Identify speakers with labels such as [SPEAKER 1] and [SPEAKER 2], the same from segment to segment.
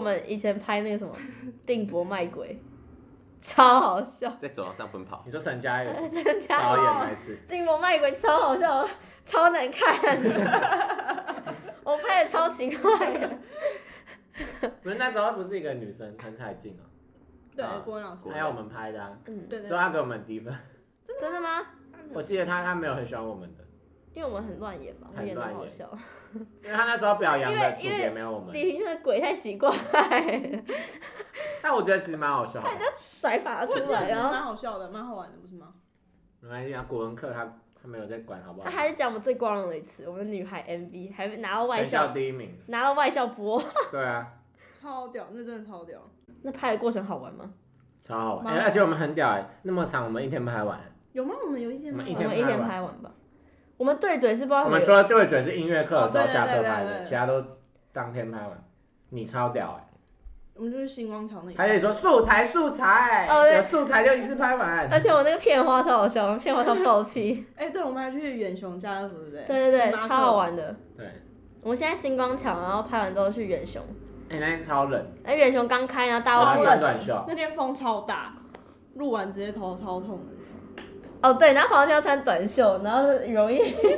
[SPEAKER 1] 们以前拍那个什么定博卖鬼，超好笑。
[SPEAKER 2] 在走廊上奔跑。
[SPEAKER 3] 你说陈嘉
[SPEAKER 1] 导
[SPEAKER 3] 导演
[SPEAKER 1] 演
[SPEAKER 3] 那一次，
[SPEAKER 1] 定博卖鬼超好笑，超难看，我拍的超奇怪的。
[SPEAKER 3] 不是那时候不是一个女生陈彩静哦，
[SPEAKER 4] 对，郭文老师，
[SPEAKER 3] 还有我们拍的啊，
[SPEAKER 4] 对对
[SPEAKER 3] 所以他给我们很低分。
[SPEAKER 1] 真的吗？
[SPEAKER 3] 我记得他没有很喜欢我们的，
[SPEAKER 1] 因为我们很乱演吧，我们演的很好笑。
[SPEAKER 3] 因为他那时候表扬的主角没有我们。
[SPEAKER 1] 李廷轩的鬼太奇怪，
[SPEAKER 3] 但我觉得其实蛮好笑的。
[SPEAKER 1] 他这样甩法出来，然后
[SPEAKER 4] 蛮好笑的，蛮好玩的，不是吗？
[SPEAKER 3] 没关系啊，国文课他没有在管好不好？
[SPEAKER 1] 他还是讲我们最光荣的一次，我们女孩 MV 还拿到外
[SPEAKER 3] 全
[SPEAKER 1] 校
[SPEAKER 3] 校第1名。
[SPEAKER 1] 拿到外校播。
[SPEAKER 3] 对啊，
[SPEAKER 4] 超屌，那真的超屌。
[SPEAKER 1] 那拍的过程好玩吗？
[SPEAKER 3] 超好玩，而且我们很屌那么长，我们1天拍完。
[SPEAKER 4] 有吗？我们有一天吗？
[SPEAKER 1] 我们一天拍完吧。我们对嘴是不知道。
[SPEAKER 3] 我们除了对嘴是音乐课的时候下课拍的，
[SPEAKER 4] 对
[SPEAKER 3] 其他都当天拍完。你超屌
[SPEAKER 4] 我们就是星光桥那里。
[SPEAKER 3] 还可以说素材，有素材就一次拍完。
[SPEAKER 1] 而且我那个片花超好笑，片花超爆气。
[SPEAKER 4] 对，我们还去远雄家乐福，对不对？
[SPEAKER 1] 对对对，超好玩的。
[SPEAKER 3] 对。
[SPEAKER 1] 我们现在星光桥，然后拍完之后去远雄。
[SPEAKER 3] 那天超冷。
[SPEAKER 1] 远雄刚开，然后大家都出
[SPEAKER 3] 短袖。
[SPEAKER 4] 那天风超大，录完直接头超痛的。
[SPEAKER 1] 哦对，然后黄天要穿短袖，然后羽绒衣，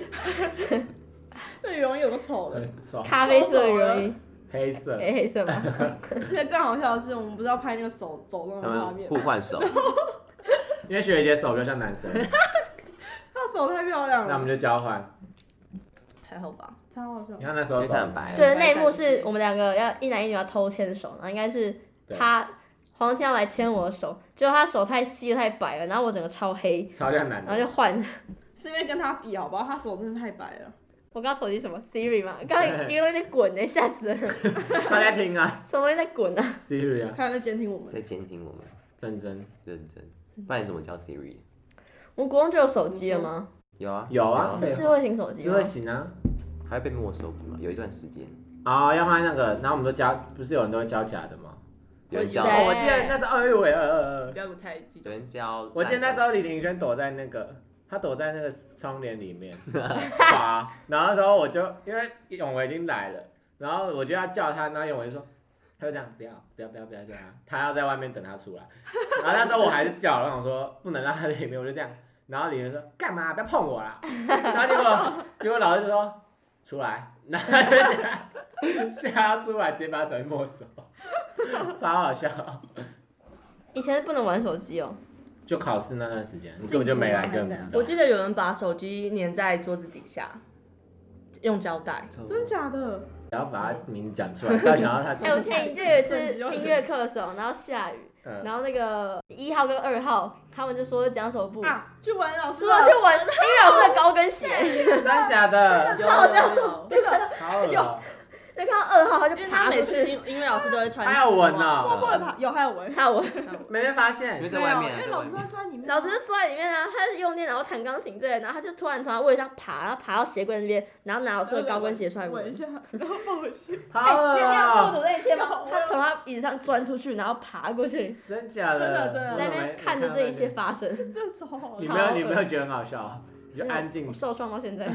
[SPEAKER 4] 那羽绒衣有个丑的，
[SPEAKER 1] 咖啡色羽绒衣，
[SPEAKER 3] 黑色，
[SPEAKER 1] 黑色吧。
[SPEAKER 4] 那更好笑的是，我们不是要拍那个手走动的画面，
[SPEAKER 2] 互换手，
[SPEAKER 3] 因为学姐手就像男生，
[SPEAKER 4] 她手太漂亮了，
[SPEAKER 3] 那我们就交换，
[SPEAKER 1] 还好吧，
[SPEAKER 4] 超好笑。
[SPEAKER 3] 你看那时候手
[SPEAKER 2] 很白，
[SPEAKER 1] 对，那一幕是我们2个要一男一女要偷牵手，然后应该是他。黄天要来牵我的手，结果他手太细太白了，然后我整个超黑，
[SPEAKER 3] 超像男的，
[SPEAKER 1] 然后就换。
[SPEAKER 4] 是因为跟他比好不好？他手真的太白了。
[SPEAKER 1] 我刚刚手机什么 Siri 嘛，刚刚一个东西在滚呢，吓死人。
[SPEAKER 3] 他在听啊，
[SPEAKER 1] 什么东西在滚啊
[SPEAKER 3] ？Siri 啊，
[SPEAKER 4] 他在监听我们，
[SPEAKER 2] 在监听我们，
[SPEAKER 3] 认真，
[SPEAKER 2] 不然你怎么叫 Siri？
[SPEAKER 1] 我们国中就有手机了吗？
[SPEAKER 2] 有啊，
[SPEAKER 1] 是智慧型手机吗？
[SPEAKER 3] 智慧型啊，
[SPEAKER 2] 还会被没收嘛？有一段时间。
[SPEAKER 3] 要放在那个，然后我们都教，不是有人都会教假的吗？
[SPEAKER 2] 有人教，
[SPEAKER 3] 我记得那时候
[SPEAKER 4] 不要不太记得。
[SPEAKER 2] 有人教。
[SPEAKER 3] 我记得那时候李廷轩躲在那个，他躲在那个窗帘里面滑，然后那时候我就因为永维已经来了，然后我就要叫他，然后永维就说，他就这样不要叫他要在外面等他出来，然后那时候我还是叫，然后我说不能让他在里面，我就这样，然后李廷说干嘛不要碰我啦，然后结果老师就说出来，然后他就吓他出来，直接把手机没收。超好笑！
[SPEAKER 1] 以前是不能玩手机哦。
[SPEAKER 3] 就考试那段时间，你根本就没来，根本不知道。
[SPEAKER 5] 我记得有人把手机粘在桌子底下，用胶带。
[SPEAKER 4] 真假的？
[SPEAKER 3] 然后把他名字讲出来，要想到他。
[SPEAKER 1] 我记得有一次音乐课的时候，然后下雨，然后那个1号跟2号他们就说讲手部
[SPEAKER 4] 去闻老师，
[SPEAKER 1] 说去闻音乐老师的高跟鞋，
[SPEAKER 3] 真的假的？
[SPEAKER 1] 超好笑，
[SPEAKER 3] 好恶。
[SPEAKER 1] 就看到2号他就爬
[SPEAKER 5] 每次
[SPEAKER 1] 出去，
[SPEAKER 5] 音乐老师都会穿。
[SPEAKER 3] 还有闻呢，
[SPEAKER 4] 会不会爬？有还有闻，
[SPEAKER 1] 还有闻，
[SPEAKER 3] 没被发现，
[SPEAKER 2] 因为在外面，
[SPEAKER 4] 因为老师都坐在里面，
[SPEAKER 1] 老师就坐在里面啊，他是用电脑弹钢琴之类的，然后他就突然从他位置上爬，然后爬到鞋柜那边，然后拿老师的高跟鞋出来闻
[SPEAKER 4] 一下，然后放回去。
[SPEAKER 3] 好恶
[SPEAKER 1] 你有目睹
[SPEAKER 3] 哦！
[SPEAKER 1] 那一切吗？他从他椅子上钻出去，然后爬过去，
[SPEAKER 3] 真假的？
[SPEAKER 4] 真的
[SPEAKER 1] 在那边看着这一切发生，
[SPEAKER 4] 这超好笑。
[SPEAKER 3] 你没有觉得很好笑？你就安静
[SPEAKER 1] 我。受创到现在。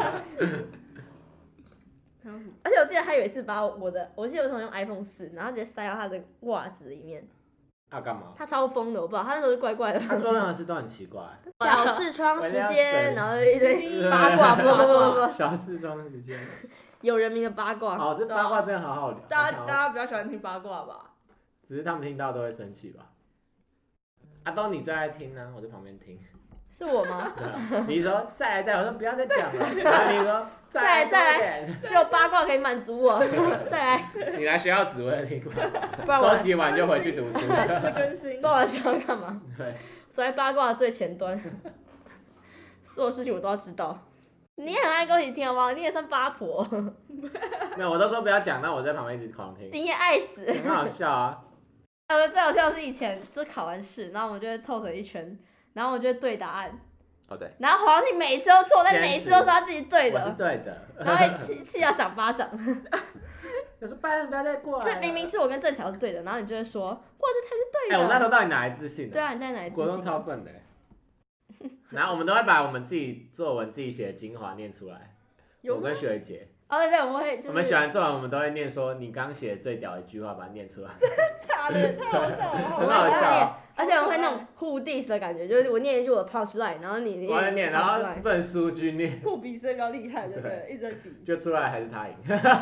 [SPEAKER 1] 而且我记得他有一次把我记得我同学用 iPhone 4，然后直接塞到他的袜子里面。
[SPEAKER 3] 干嘛？
[SPEAKER 1] 他超疯的，我不知道，他那时候就怪怪的。
[SPEAKER 3] 他做任何事都很奇怪。
[SPEAKER 1] 小视窗时间，然后一堆八卦，不，
[SPEAKER 3] 小视窗时间。
[SPEAKER 1] 有人民的八卦。
[SPEAKER 3] 哦，这八卦真的好好聊。
[SPEAKER 5] 大家比较喜欢听八卦吧？
[SPEAKER 3] 只是他们听到都会生气吧？都你最爱听呢，我在旁边听。
[SPEAKER 1] 是我吗？
[SPEAKER 3] 你说再来，我说不要再讲了。然后你说再来，
[SPEAKER 1] 只有八卦可以满足我。再来，
[SPEAKER 3] 你来学校只为了听吗？
[SPEAKER 1] 不然我
[SPEAKER 3] 收集完就回去读书。
[SPEAKER 4] 更新。
[SPEAKER 1] 不然我学校干嘛？
[SPEAKER 3] 对，
[SPEAKER 1] 走在八卦的最前端，所有事情我都要知道。你也很爱跟我一起听好不好？你也算八婆。
[SPEAKER 3] 没有，我都说不要讲，但我在旁边一直狂听。
[SPEAKER 1] 你也爱死。
[SPEAKER 3] 很好笑啊！
[SPEAKER 1] 最好笑的是以前就是考完试，然后我们就会凑成一圈，然后我就会对答案。
[SPEAKER 2] 对。
[SPEAKER 1] 然后黄婷每次都错，但每次都说他自己对的。
[SPEAKER 3] 我是对的。
[SPEAKER 1] 然后会气到赏巴掌。
[SPEAKER 3] 我说拜托不要再过来。
[SPEAKER 1] 就明明是我跟郑乔是对的，然后你就会说我这才是对的。
[SPEAKER 3] 我那时候到底哪来自信？
[SPEAKER 1] 对啊，你在哪来自信？
[SPEAKER 3] 国中超笨的。然后我们都会把我们自己作文自己写的精华念出来。我跟学姐。
[SPEAKER 1] 哦对对，我们会就是
[SPEAKER 3] 我们写完作文，我们都会念说你刚写的最屌的一句话，把它念出来。
[SPEAKER 4] 假的，太好笑了，
[SPEAKER 3] 很好笑。
[SPEAKER 1] 而且我们会那种互 diss 的感觉，就是我念一句我的 punch line， 然后你
[SPEAKER 3] 我念，然后不能输去念，
[SPEAKER 4] 互比谁比较厉害，对不对？一直在比，
[SPEAKER 3] 就出来还是他赢。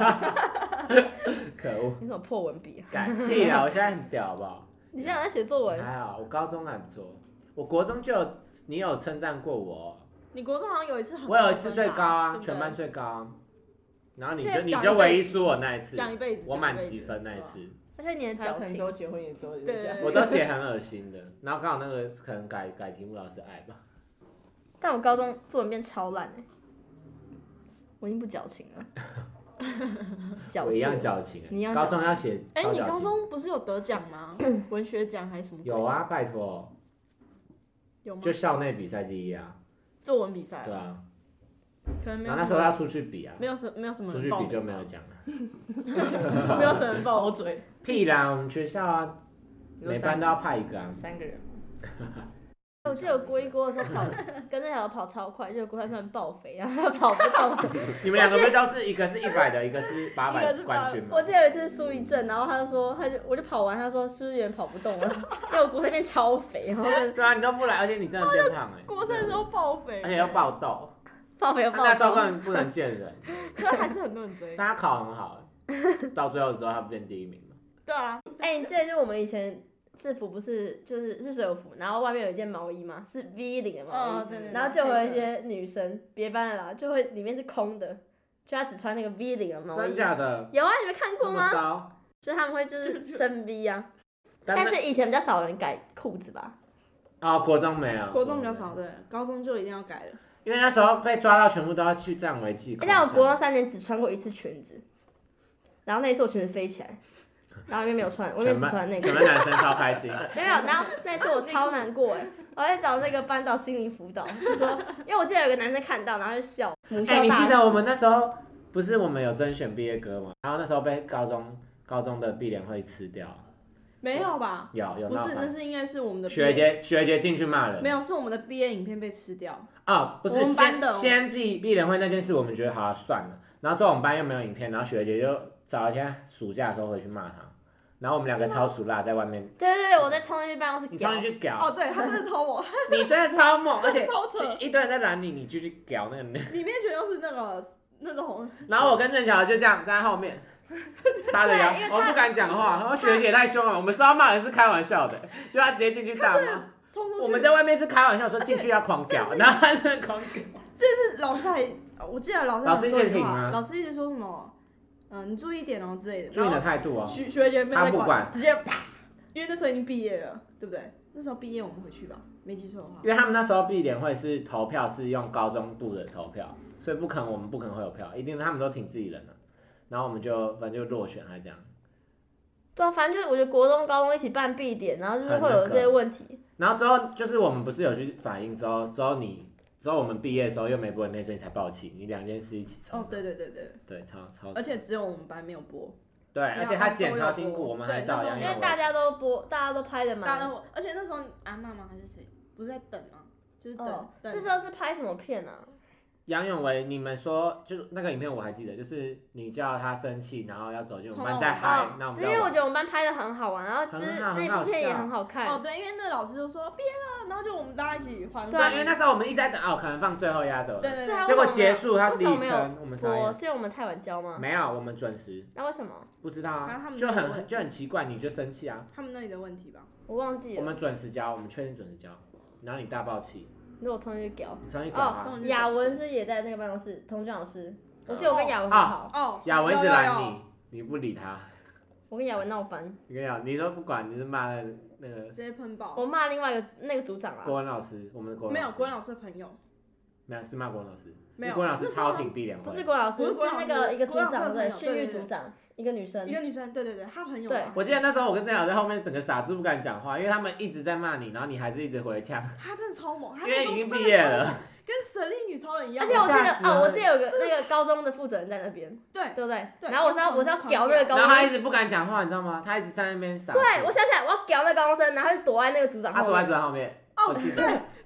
[SPEAKER 3] 可恶！
[SPEAKER 1] 你怎么破文笔啊？
[SPEAKER 3] 改屁啦！我现在很屌，好不好？
[SPEAKER 1] 你现在在写作文？
[SPEAKER 3] 还好，我高中还不错，我国中就有你有称赞过我。
[SPEAKER 4] 你国中好像有一次很，
[SPEAKER 3] 我有一次最高啊，
[SPEAKER 4] 对不对
[SPEAKER 3] 全班最高啊。然后你
[SPEAKER 4] 现在
[SPEAKER 3] 就唯一输我那一次，
[SPEAKER 4] 讲一辈子，
[SPEAKER 3] 我满几分那一次。
[SPEAKER 1] 而且你的矫情
[SPEAKER 5] 他可能之，后结婚也之后
[SPEAKER 4] 对
[SPEAKER 5] 这样。
[SPEAKER 3] 我都写很恶心的，然后刚好那个可能改题目老师爱吧。
[SPEAKER 1] 但我高中作文变超烂我已经不矫情了。
[SPEAKER 3] 我一样矫情
[SPEAKER 1] 你一样
[SPEAKER 3] 高中要写超矫情。
[SPEAKER 4] 你高中不是有得奖吗？文学奖还是什么？
[SPEAKER 3] 有啊，拜托。
[SPEAKER 4] 有吗？
[SPEAKER 3] 就校内比赛第一啊。
[SPEAKER 4] 作文比赛。
[SPEAKER 3] 对啊。
[SPEAKER 4] 可能没有。
[SPEAKER 3] 然后那时候要出去比啊。
[SPEAKER 4] 没有什么。
[SPEAKER 3] 出去比就没有奖了。
[SPEAKER 4] 没有什么人报。
[SPEAKER 5] 好嘴。
[SPEAKER 3] 屁啦，我们学校啊，每班都要派一个啊。
[SPEAKER 5] 3个人。
[SPEAKER 1] 我记得我国一国的时候跟那条跑超快，就国三突然爆肥，然后他跑不动。
[SPEAKER 3] 你们两个不都是一个是100的，一个是800冠军吗？
[SPEAKER 1] 我记得有一次苏一正，然后他就说，我就跑完，他说是不是有点跑不动了？因为我国三变超肥，然后
[SPEAKER 3] 对啊，你都不来，而且你真的变胖
[SPEAKER 4] 国三的时候爆肥，
[SPEAKER 3] 而且又爆痘，
[SPEAKER 1] 爆肥又爆
[SPEAKER 3] 那时候根
[SPEAKER 1] 痘。
[SPEAKER 3] 本不能见人，
[SPEAKER 4] 可还是很多人追。
[SPEAKER 3] 但他考很好，到最后之后他变第1名嘛。
[SPEAKER 4] 对啊，
[SPEAKER 1] 你记得就我们以前制服不是是水手服，然后外面有一件毛衣嘛，是 V 领的毛衣，
[SPEAKER 4] 对。
[SPEAKER 1] 然后就会有一些女生，别班的啦，就会里面是空的，就她只穿那个 V 领的毛衣。
[SPEAKER 3] 真假的？
[SPEAKER 1] 有啊，你没看过吗？
[SPEAKER 3] 吗？
[SPEAKER 1] 就是他们会就是升 V 啊，但是以前比较少人改裤子吧。
[SPEAKER 3] 哦，国中没有。
[SPEAKER 4] 国中比较少，对，高中就一定要改了。
[SPEAKER 3] 因为那时候被抓到，全部都要去占为记。
[SPEAKER 1] 但我国中3年只穿过一次裙子，然后那一次我裙子飞起来。然后外面没有穿，外面只穿那个。
[SPEAKER 3] 全班男生超开心。
[SPEAKER 1] 没有，然后那次我超难过我在找那个班导心理辅导，就说，因为我记得有个男生看到，然后就笑，母校大
[SPEAKER 3] 你记得我们那时候不是我们有甄选毕业歌吗？然后那时候被高中的毕联会吃掉。
[SPEAKER 4] 没有吧？
[SPEAKER 3] 有
[SPEAKER 4] 不是，那是应该是我们的
[SPEAKER 3] 学姐进去骂人。
[SPEAKER 4] 没有，是我们的毕业影片被吃掉。
[SPEAKER 3] 哦，不是，
[SPEAKER 4] 我们班的
[SPEAKER 3] 先毕联会那件事，我们觉得好算了，然后之后我们班又没有影片，然后学姐就找一天暑假的时候回去骂他。然后我们2个超熟辣在外面。
[SPEAKER 1] 对，我在冲进去办公室。
[SPEAKER 3] 你冲进去屌。
[SPEAKER 4] 哦，对他真的超猛。
[SPEAKER 3] 你真的超猛，而且
[SPEAKER 4] 超扯，
[SPEAKER 3] 一堆人在拦你，你就去屌那个。
[SPEAKER 4] 里面全都是那种。
[SPEAKER 3] 然后我跟郑乔就这样站在后面，叉着腰，我不敢讲话。然后学姐太凶了，我们是要骂人是开玩笑的，就他直接进去大骂。我们在外面是开玩笑说进去要狂屌，然后他在狂屌。
[SPEAKER 4] 这是老师还，我记得老师
[SPEAKER 3] 一直听吗？
[SPEAKER 4] 老师一直说什么？你注意一点哦之类的。
[SPEAKER 3] 注意你的态度哦。
[SPEAKER 4] 学姐没有在
[SPEAKER 3] 管，
[SPEAKER 4] 直接啪，因为那时候已经毕业了，对不对？那时候毕业我们回去吧，没记错的话。
[SPEAKER 3] 因为他们那时候毕联会是投票是用高中部的投票，所以我们不可能会有票，一定他们都挺自己人的。然后我们反正就落选还这样。
[SPEAKER 1] 对啊，反正就是我觉得国中、高中一起办毕典，然后就是会有这些问题。
[SPEAKER 3] 然后之后就是我们不是有去反映之后我们毕业的时候又没播那所以你才爆气，你2件事一起冲。
[SPEAKER 4] 哦，对。
[SPEAKER 3] 对，超。
[SPEAKER 4] 而且只有我们班没有播。
[SPEAKER 3] 对，而且他剪超辛苦，我们还照样。
[SPEAKER 1] 因为大家都播，大家都拍的嘛。
[SPEAKER 4] 而且那时候阿嬷吗还是谁，不是在等吗？就是等。
[SPEAKER 1] 那时候是拍什么片啊？
[SPEAKER 3] 杨永维，你们说就那个影片我还记得，就是你叫他生气，然后要走进我们班再嗨，那我们。
[SPEAKER 1] 因为我觉得我们班拍的很好玩，然后就是那部片也很好看。
[SPEAKER 4] 哦，对，因为那个老师就说毕业了，然后就我们大家一起欢呼。
[SPEAKER 3] 对啊，因为那时候我们一直在等，可能放最后压轴了。
[SPEAKER 4] 对。
[SPEAKER 3] 结果结束他历程，我们
[SPEAKER 1] 是因为我们太晚交吗？
[SPEAKER 3] 没有，我们准时。
[SPEAKER 1] 那为什么？
[SPEAKER 3] 不知道啊，就很奇怪，你就生气啊？
[SPEAKER 4] 他们那里的问题吧。
[SPEAKER 1] 我忘记了。
[SPEAKER 3] 我们准时交，我们确定准时交，然后你大爆气。
[SPEAKER 1] 如果冲进去屌，
[SPEAKER 3] 你冲进去屌啊！
[SPEAKER 1] 雅文是也在那个办公室，童俊老师，我记得我跟雅文很好。
[SPEAKER 3] 雅文一直拦你，你不理他。
[SPEAKER 1] 我跟雅文闹翻。
[SPEAKER 3] 你说不管，你是骂那个。
[SPEAKER 4] 直接喷爆。
[SPEAKER 1] 我骂另外一个那个组长啊。
[SPEAKER 3] 国文老师，我们的国文老师。
[SPEAKER 4] 没有国文老师的朋友。
[SPEAKER 3] 没有，是骂国文老师。
[SPEAKER 4] 没有。
[SPEAKER 3] 国文老师超挺毕联会。
[SPEAKER 1] 不是国文老师，是那个一个组长，对，训育组长。一个女生，
[SPEAKER 4] 对，她朋友。
[SPEAKER 1] 对，
[SPEAKER 3] 我记得那时候我跟郑瑶在后面整个傻住不敢讲话，因为他们一直在骂你，然后你还是一直回呛。
[SPEAKER 4] 她真的超猛，
[SPEAKER 3] 因为已经毕业了，
[SPEAKER 4] 跟神力女超人一样。
[SPEAKER 1] 而且我记得有个那个高中的负责人在那边，对不对？然后我是要屌那个高中，
[SPEAKER 3] 然后他一直不敢讲话，你知道吗？他一直在那边傻。
[SPEAKER 1] 对，我想起来，我要屌那个高中生，然后他就躲在那个组长后面。
[SPEAKER 3] 他躲在组长后面。
[SPEAKER 4] 哦，对，那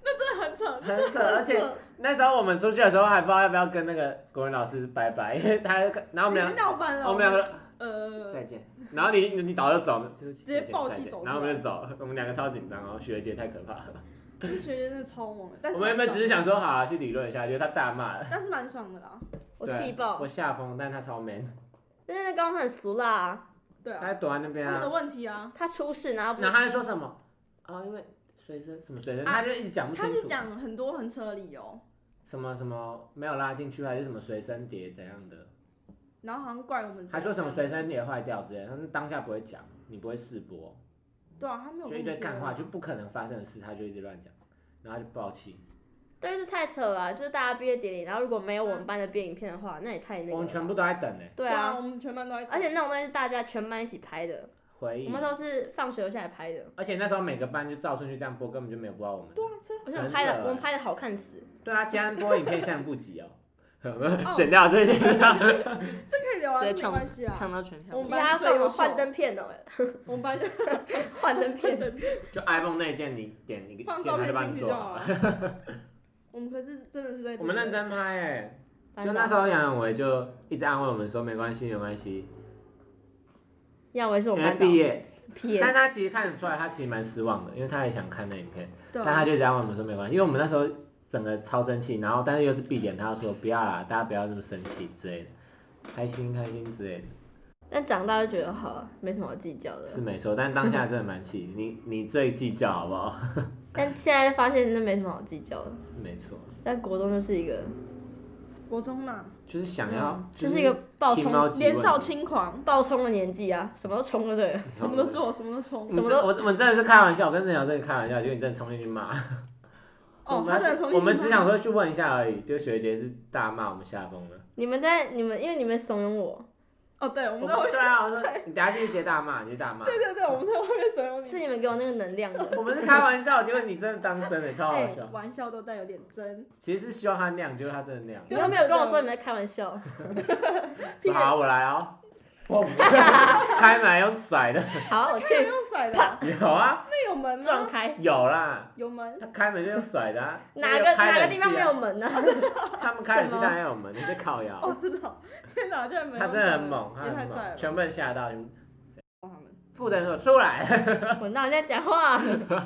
[SPEAKER 4] 真的很扯，
[SPEAKER 3] 很扯，而且那时候我们出去的时候还不知道要不要跟那个国文老师拜拜，因为他，然后我们
[SPEAKER 4] 已经闹翻了。
[SPEAKER 3] 我们两个再见，然后你倒就走，对不起，
[SPEAKER 4] 直接爆气走，
[SPEAKER 3] 然后我们就走，我们两个超紧张，然后学姐太可怕了。
[SPEAKER 4] 学姐真的超猛的，但是
[SPEAKER 3] 我们原本只是想说好啊，去理论一下，结果他大骂了。
[SPEAKER 4] 但是蛮爽的啦。
[SPEAKER 1] 我气爆。
[SPEAKER 3] 我吓疯，但他超 man。
[SPEAKER 1] 因为高中很俗辣啊。
[SPEAKER 4] 对啊。
[SPEAKER 3] 他躲在那边啊。
[SPEAKER 4] 他的问题啊。
[SPEAKER 1] 他出事，然后
[SPEAKER 3] 他还说什么？啊，因为随身什么随身，他就一直讲不清楚。
[SPEAKER 4] 他是讲很多很扯的理由。
[SPEAKER 3] 什么没有拉进去，还是什么随身碟怎样的？
[SPEAKER 4] 然后好像怪我们。
[SPEAKER 3] 还说什么随身碟坏掉之类的，他们当下不会讲，你不会试播。
[SPEAKER 4] 对啊，他没有。
[SPEAKER 3] 就一堆干话，就不可能发生的事，他就一直乱讲，然后他就爆气。
[SPEAKER 1] 对，是太扯了、就是大家毕业典礼，然后如果没有我们班的毕业影片的话，那也太那个了。
[SPEAKER 3] 我们全部都在等呢。
[SPEAKER 1] 对啊，
[SPEAKER 4] 我们全班都在等。
[SPEAKER 1] 而且那种东西是大家全班一起拍的。
[SPEAKER 3] 回忆。
[SPEAKER 1] 我们都是放学下来拍的。
[SPEAKER 3] 而且那时候每个班就照顺序这样播，根本就没有播到我们。
[SPEAKER 4] 对啊，
[SPEAKER 1] 而且我们拍的好看死。
[SPEAKER 3] 对啊，其他播影片像不及哦。剪掉这些，这
[SPEAKER 4] 可以聊啊，没关系啊。
[SPEAKER 5] 抢到全票。
[SPEAKER 1] 其他放幻灯片哦，
[SPEAKER 4] 我们班就
[SPEAKER 1] 幻灯片，
[SPEAKER 3] 就 iPhone 那一件你点一个
[SPEAKER 4] 放
[SPEAKER 3] 键，他就帮你做好了。
[SPEAKER 4] 我们可是真的是在。
[SPEAKER 3] 我们认真拍哎，就那时候杨永维就一直安慰我们说没关系没关系。
[SPEAKER 1] 杨永维是我们班
[SPEAKER 3] 毕业，但
[SPEAKER 1] 但
[SPEAKER 3] 他其实看得出来他其实蛮失望的，因为他也想看那影片，
[SPEAKER 4] 但
[SPEAKER 3] 他就一直安慰我们说没关系，因为我们那时候。整个超生气，然后但是又是闭点，他说不要啦，大家不要这么生气之类的，开心之类的。
[SPEAKER 1] 但长大就觉得好，没什么好计较的。
[SPEAKER 3] 是没错，但当下真的蛮气，你最计较好不好？
[SPEAKER 1] 但现在发现那没什么好计较的。
[SPEAKER 3] 是没错。
[SPEAKER 1] 但国中就是一个，
[SPEAKER 4] 国中嘛，
[SPEAKER 3] 就是想要，
[SPEAKER 1] 就是一个暴冲、
[SPEAKER 4] 年少轻狂、
[SPEAKER 1] 暴冲的年纪啊，什么都冲就对了，
[SPEAKER 4] 什么都做，什么都冲，
[SPEAKER 1] 什么都。
[SPEAKER 3] 我真的是开玩笑，我跟郑瑶真的开玩笑，结果你真的冲进去骂。
[SPEAKER 4] 哦，他真的冲进去骂。
[SPEAKER 3] 我们只想说去问一下而已，就学姐是大骂我们下风了。
[SPEAKER 1] 因为你们怂恿我。
[SPEAKER 4] 哦，对，我们在外面。
[SPEAKER 3] 对啊，我说你等下进去直接大骂，你就大骂。
[SPEAKER 4] 对，我们在外面怂恿你。
[SPEAKER 1] 是你们给我那个能量的。
[SPEAKER 3] 我们是开玩笑，结果你真的当真的，超好笑。
[SPEAKER 4] 玩笑都带有点真。
[SPEAKER 3] 其实是希望他那样，结果他真的那样。
[SPEAKER 1] 你又没有跟我说你们在开玩笑。
[SPEAKER 3] 说好，我来哦。开门用甩的。
[SPEAKER 1] 好，我去。
[SPEAKER 4] 用甩的。
[SPEAKER 3] 有啊。
[SPEAKER 4] 那有门吗？
[SPEAKER 1] 撞开。
[SPEAKER 3] 有啦。
[SPEAKER 4] 有门。
[SPEAKER 3] 他开门就用甩的啊。
[SPEAKER 1] 哪个地方没有门呢？
[SPEAKER 3] 他们开冷气当然有门，你在靠腰。
[SPEAKER 4] 哦，真的。天哪，这样没有。
[SPEAKER 3] 他真的很猛，
[SPEAKER 4] 也太帅了。
[SPEAKER 3] 全部人吓到。
[SPEAKER 4] 他们。
[SPEAKER 3] 负责人说出来。
[SPEAKER 1] 混到人家讲话。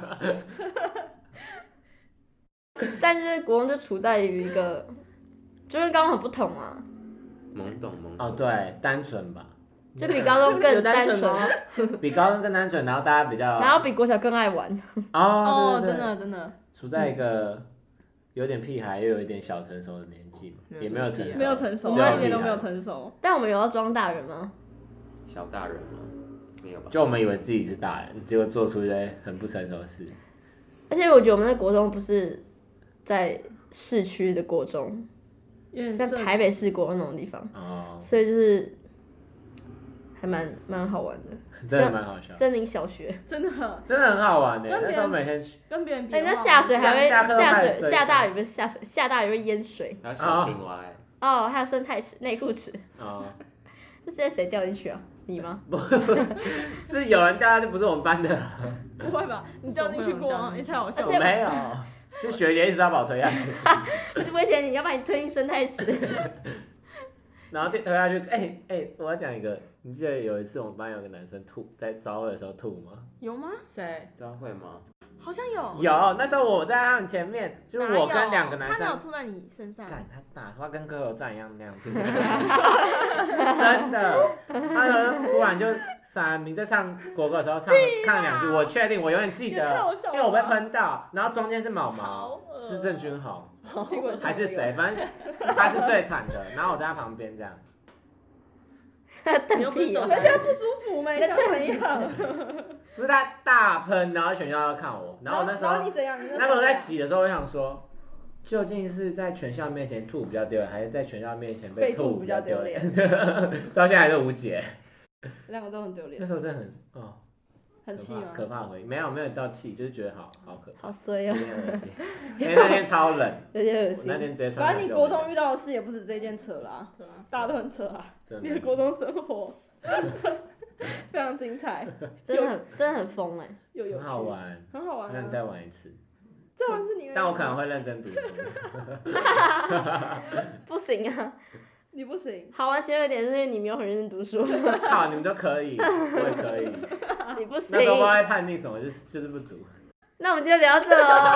[SPEAKER 1] 但是国中就处在于一个，就是刚刚很不同啊。
[SPEAKER 2] 懵懂。
[SPEAKER 3] 哦，对，单纯吧。
[SPEAKER 1] 就比高中更单纯，
[SPEAKER 3] 比高中更单纯，然后大家比较，
[SPEAKER 1] 然后比国小更爱玩。
[SPEAKER 3] 哦，
[SPEAKER 4] 真的，
[SPEAKER 3] 处在一个有点屁孩又有一点小成熟的年纪嘛，也没有成熟，
[SPEAKER 4] 我们一点都没有成熟。
[SPEAKER 1] 但我们有要装大人吗？
[SPEAKER 2] 小大人吗？没有吧？
[SPEAKER 3] 就我们以为自己是大人，结果做出一些很不成熟的事。
[SPEAKER 1] 而且我觉得我们的国中不是在市区的国中，像台北市国那种地方，所以就是。还蛮好玩的，
[SPEAKER 3] 真的蛮好笑。
[SPEAKER 1] 森林小学
[SPEAKER 4] 真的
[SPEAKER 3] 很好玩的，那时候每天去
[SPEAKER 4] 跟别人比。
[SPEAKER 1] 那下水还会下大雨不是下大雨会淹水。
[SPEAKER 2] 还有小青蛙
[SPEAKER 1] 哦，还有生态池、内裤池。哦。这是谁掉进去啊？你吗？
[SPEAKER 3] 不，是有人掉下去，不是我们班的。
[SPEAKER 4] 不会吧？你掉进去过吗？也太好笑了。
[SPEAKER 3] 没有，是学姐一直要把我推下去。
[SPEAKER 1] 不是危险，你要把你推进生态池。
[SPEAKER 3] 然后推下去，我要讲一个，你记得有一次我们班有个男生吐，在招会的时候吐吗？
[SPEAKER 4] 有吗？
[SPEAKER 5] 谁？
[SPEAKER 2] 招会吗？
[SPEAKER 4] 好像有。
[SPEAKER 3] 有，那时候我在他们前面，就是我跟2个男生。
[SPEAKER 4] 他没有吐在你身上。
[SPEAKER 3] 干他大，他跟柯油站一样那样吐。真的，他突然就闪明在唱国歌的时候看2句，我确定，我永远记得，因为我被喷到，然后中间是毛毛，是郑君豪。还是谁？反正他是最惨的，然后我在他旁边这样。
[SPEAKER 1] 你又不是
[SPEAKER 4] 人家不舒服没？像怎样？
[SPEAKER 3] 不是他大喷，然后全校要看我，然后我那时候那时候在洗的时候，我想说，究竟是在全校面前吐比较丢脸，还是在全校面前被吐比较丢脸？到现在还是无解。
[SPEAKER 4] 2个都很丢脸。
[SPEAKER 3] 那时候真的
[SPEAKER 4] 很气吗？
[SPEAKER 3] 可怕回忆，没有到气，就是觉得好可怕，
[SPEAKER 1] 好衰哦，
[SPEAKER 3] 有点恶心。因为那天超冷，
[SPEAKER 1] 有点恶心。
[SPEAKER 3] 那天直接穿。
[SPEAKER 4] 反正你国中遇到的事也不止这件扯啦，大家都很扯啊。你的国中生活非常精彩，
[SPEAKER 1] 真的很疯哎，
[SPEAKER 4] 很
[SPEAKER 3] 好玩，
[SPEAKER 4] 很好玩。
[SPEAKER 3] 让你再玩一次。
[SPEAKER 4] 再玩一次你
[SPEAKER 3] 但我可能会认真读书。
[SPEAKER 1] 不行啊，
[SPEAKER 4] 你不行。
[SPEAKER 1] 好玩其中一点是因为你没有很认真读书。
[SPEAKER 3] 靠，你们都可以，我也可以。
[SPEAKER 1] 你不行。
[SPEAKER 3] 那时候不知道在叛逆什么，就是不读。
[SPEAKER 1] 那我们就聊这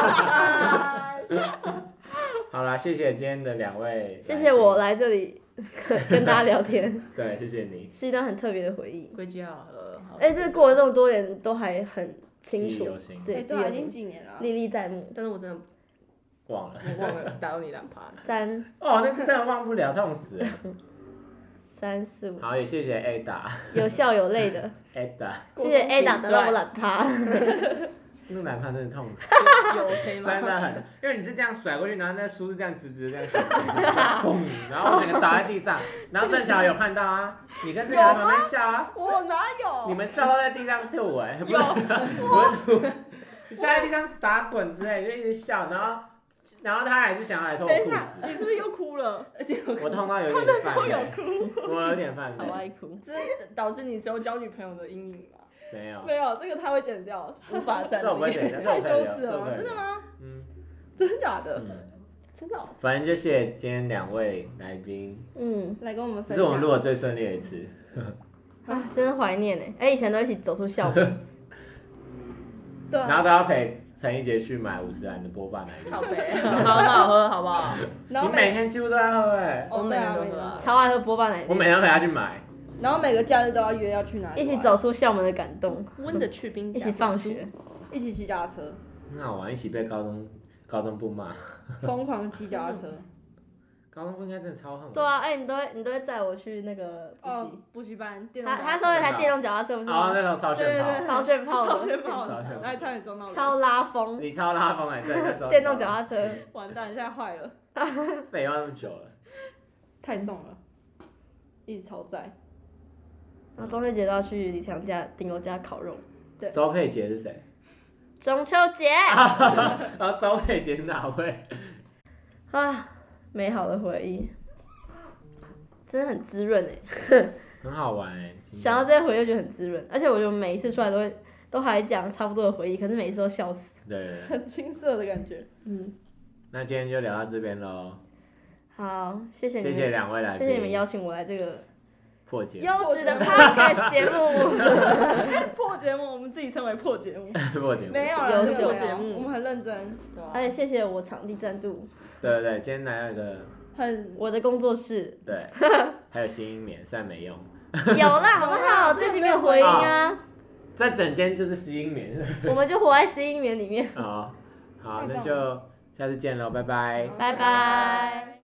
[SPEAKER 1] 喽。
[SPEAKER 3] 好啦，谢谢今天的2位。
[SPEAKER 1] 谢谢我来这里跟大家聊天。
[SPEAKER 3] 对，谢谢你。
[SPEAKER 1] 是一段很特别的回忆。
[SPEAKER 5] 归家好了。
[SPEAKER 1] 这过了这么多年都还很清楚，对，
[SPEAKER 4] 这已经几年了，
[SPEAKER 1] 历历在目。
[SPEAKER 5] 但是我真的
[SPEAKER 3] 忘了
[SPEAKER 5] 打到你2%。
[SPEAKER 1] 3。
[SPEAKER 3] 哦，那真的忘不了，痛死了。
[SPEAKER 1] 3、4、5。
[SPEAKER 3] 好，也谢谢 Ada。
[SPEAKER 1] 有笑有泪的。
[SPEAKER 3] Ada。
[SPEAKER 1] 谢谢 Ada 得到我懒趴。
[SPEAKER 3] 那个懒趴真的痛死。
[SPEAKER 5] 有吹吗？
[SPEAKER 3] 真的很，因为你是这样甩过去，然后那书是这样直直这样甩，嘣，然后我整个倒在地上，然后正巧有看到啊，你跟这个人旁边笑啊。
[SPEAKER 4] 我哪有？
[SPEAKER 3] 你们笑到在地上吐不是吐，你笑在地上打滚之类，就一直笑，然后他还是想要来脱我裤子。
[SPEAKER 4] 你是不是又哭了？
[SPEAKER 3] 我痛到有点犯泪，我有点犯泪。
[SPEAKER 1] 好爱哭。
[SPEAKER 5] 这导致你只有交女朋友的阴影吧？
[SPEAKER 3] 没有，
[SPEAKER 4] 这个他会剪掉，
[SPEAKER 5] 无法站立。
[SPEAKER 3] 这我不会剪掉，
[SPEAKER 4] 太羞耻了，真的吗？真的假的？真的。
[SPEAKER 3] 反正就谢谢今天2位来宾，
[SPEAKER 4] 来跟我们分享。
[SPEAKER 3] 这是我们录的最顺利的一次。
[SPEAKER 1] 真的怀念以前都一起走出校门。
[SPEAKER 4] 对。
[SPEAKER 3] 然后都要陪陈一杰去买50兰的波霸奶绿。
[SPEAKER 5] 好呗，很好喝，好不好？
[SPEAKER 3] 你每天几乎都在喝
[SPEAKER 5] 我每天都喝，
[SPEAKER 1] 超爱喝波霸奶绿。
[SPEAKER 3] 我每天陪他去买。
[SPEAKER 4] 然后每个假日都要约要去哪里？
[SPEAKER 1] 一起走出校门的感动。
[SPEAKER 5] 温的去冰，
[SPEAKER 1] 一起放学，
[SPEAKER 4] 一起骑脚踏车。
[SPEAKER 3] 很好玩，一起被高中部骂。
[SPEAKER 4] 疯狂骑脚踏车。
[SPEAKER 3] 高中部应该真的超恨。
[SPEAKER 1] 对啊，你都会载我去那个
[SPEAKER 4] 补习班。
[SPEAKER 1] 他说一台电动脚踏车不是吗？
[SPEAKER 3] 那时候超炫炮。
[SPEAKER 1] 超炫炮
[SPEAKER 4] 的。然后差点撞到。
[SPEAKER 1] 超拉风。
[SPEAKER 3] 你超拉风对，那时候。
[SPEAKER 1] 电动脚踏车。
[SPEAKER 4] 完蛋，现在坏了。
[SPEAKER 3] 废话那么久了。
[SPEAKER 4] 太重了，一直超载。
[SPEAKER 1] 然后中秋节都要去李强家顶楼家烤肉。
[SPEAKER 4] 对。
[SPEAKER 3] 周佩杰是谁？
[SPEAKER 1] 中秋节。
[SPEAKER 3] 然后周佩杰是哪位？
[SPEAKER 1] 美好的回忆，真的很滋润
[SPEAKER 3] 很好玩
[SPEAKER 1] 想到这些回忆就觉得很滋润，而且我觉得每一次出来都还讲差不多的回忆，可是每一次都笑死。
[SPEAKER 3] 对。
[SPEAKER 4] 很青涩的感觉。
[SPEAKER 3] 那今天就聊到这边喽。
[SPEAKER 1] 好，谢谢你们。
[SPEAKER 3] 谢谢2位来宾。
[SPEAKER 1] 谢谢你们邀请我来这个。
[SPEAKER 3] 破节目。
[SPEAKER 1] 优质的 podcast 节目。
[SPEAKER 4] 破节目，我们自己称为破节目。
[SPEAKER 3] 破节目。
[SPEAKER 4] 没有
[SPEAKER 1] 优秀节目，
[SPEAKER 4] 我们很认真。
[SPEAKER 1] 而且谢谢我场地赞助。
[SPEAKER 3] 对，今天来了个
[SPEAKER 1] 我的工作室。
[SPEAKER 3] 对。还有新音棉，虽然没用。
[SPEAKER 1] 有啦，好不好？这集没有回音啊。
[SPEAKER 3] 这整间就是新音棉。
[SPEAKER 1] 我们就活在新音棉里面。
[SPEAKER 3] 好，那就下次见喽，拜拜。
[SPEAKER 1] 拜拜。